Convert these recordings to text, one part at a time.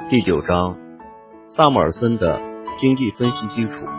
第9章，萨姆尔森的经济分析基础。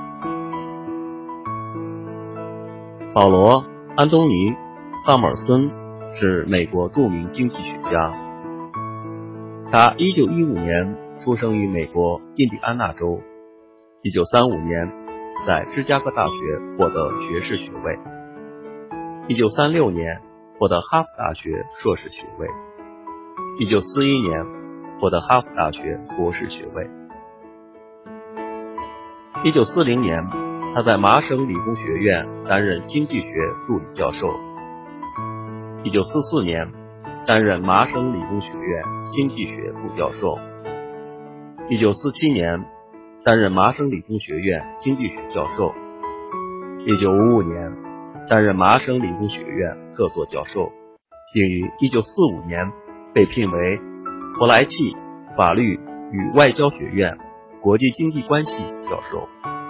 保罗·安东尼·萨姆尔森是美国著名经济学家。他1915年出生于美国印第安纳州，1935年在芝加哥大学获得学士学位，1936年获得哈佛大学硕士学位，1941年获得哈佛大学博士学位。1940年，他在麻省理工学院担任经济学助理教授。1944年，担任麻省理工学院经济学部教授。1947年，担任麻省理工学院经济学教授。1955年，担任麻省理工学院客座教授，并于1945年被聘为伯莱契法律与外交学院国际经济关系教授。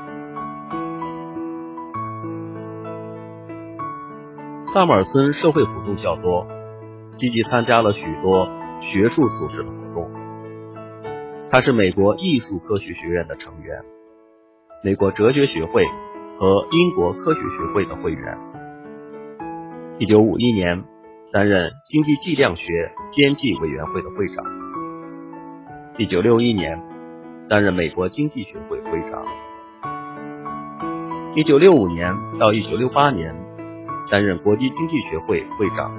萨姆尔森社会活动较多，积极参加了许多学术组织的活动。他是美国艺术科学学院的成员，美国哲学学会和英国科学学会的会员。1951年，担任经济计量学编辑委员会的会长。1961年，担任美国经济学会会长。1965年到1968年，担任国际经济学会会长。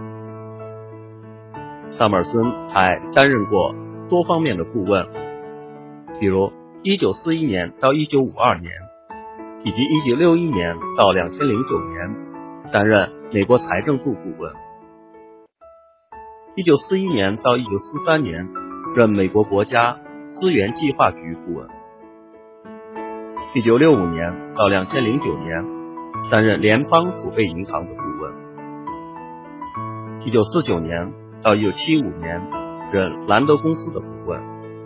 萨姆尔森还担任过多方面的顾问，比如1941年到1952年，以及1961年到2009年担任美国财政部顾问。1941年到1943年任美国国家资源计划局顾问。1965年到2009年担任联邦储备银行的顾问。1949年到1975年任兰德公司的顾问。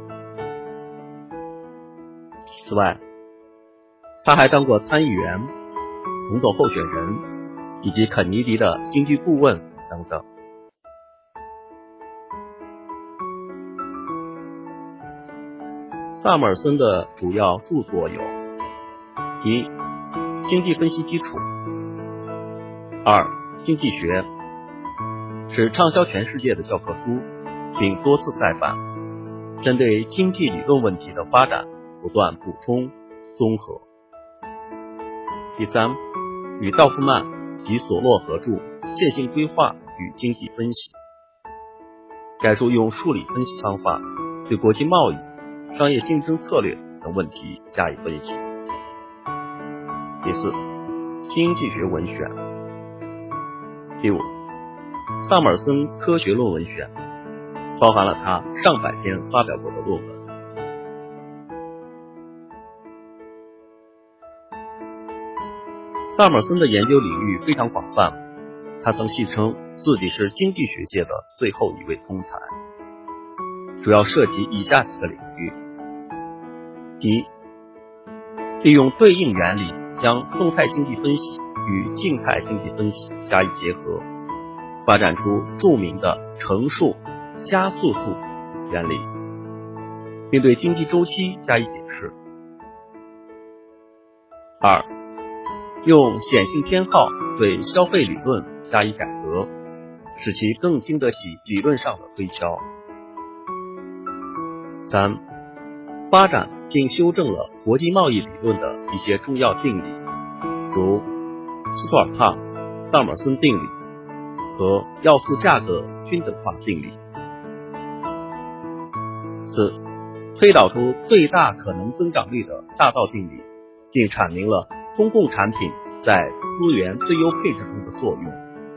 此外，他还当过参议员、总统候选人以及肯尼迪的经济顾问等等。萨姆尔森的主要著作有：一、经济分析基础；二、经济学，是畅销全世界的教科书，并多次再版，针对经济理论问题的发展不断补充综合。第三，与道夫曼及索洛合著《线性规划与经济分析》，该书用数理分析方法对国际贸易、商业竞争策略等问题加以分析。第四，经济学文选。第五，萨姆尔森科学论文选，包含了他上百篇发表过的论文。萨姆尔森的研究领域非常广泛，他曾戏称自己是经济学界的最后一位通才，主要涉及以下几个领域：一、利用对应原理将动态经济分析与静态经济分析加以结合，发展出著名的乘数加速数原理，并对经济周期加以解释。二、用显性偏好对消费理论加以改革，使其更经得起理论上的推敲。三、发展并修正了国际贸易理论的一些重要定理，如斯图尔特、萨姆尔森定理和要素价格均等化定理。四、推导出最大可能增长率的大道定理，并阐明了公共产品在资源最优配置中的作用。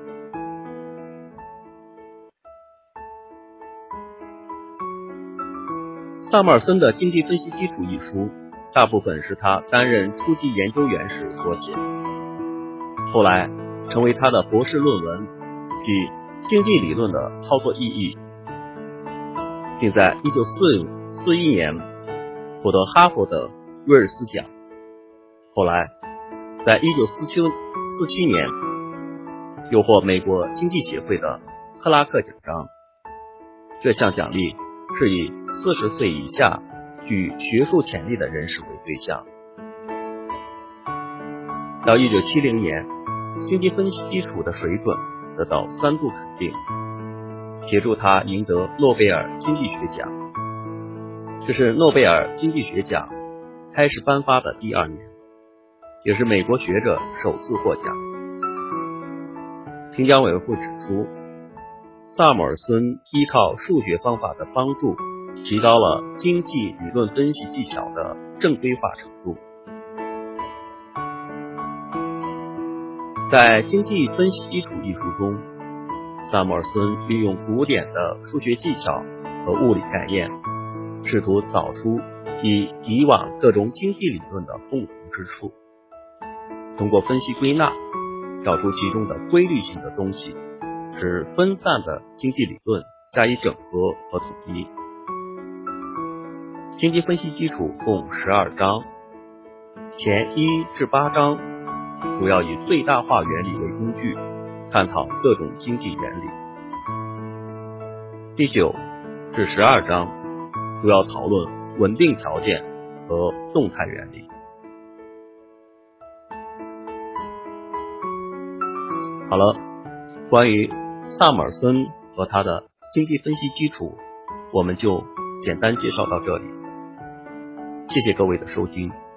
萨姆尔森的《经济分析基础》一书，大部分是他担任初级研究员时所写，后来成为他的博士论文，即《经济理论的操作意义》，并在1941年获得哈佛的瑞尔斯奖。后来在1947年又获美国经济协会的克拉克奖章，这项奖励是以40岁以下具学术潜力的人士为对象。到1970年，经济分析基础的水准得到3度肯定，协助他赢得诺贝尔经济学奖。这是诺贝尔经济学奖开始颁发的第2年，也是美国学者首次获奖。评奖委员会指出，萨姆尔森依靠数学方法的帮助，提高了经济理论分析技巧的正规化程度。在《经济分析基础》一书中，萨姆尔森运用古典的数学技巧和物理概念，试图找出与以往各种经济理论的共同之处，通过分析归纳，找出其中的规律性的东西，使分散的经济理论加以整合和统一。经济分析基础共12章，前1至8章主要以最大化原理为工具，探讨各种经济原理。第9至12章主要讨论稳定条件和动态原理。好了，关于萨姆尔森和他的经济分析基础，我们就简单介绍到这里。谢谢各位的收听。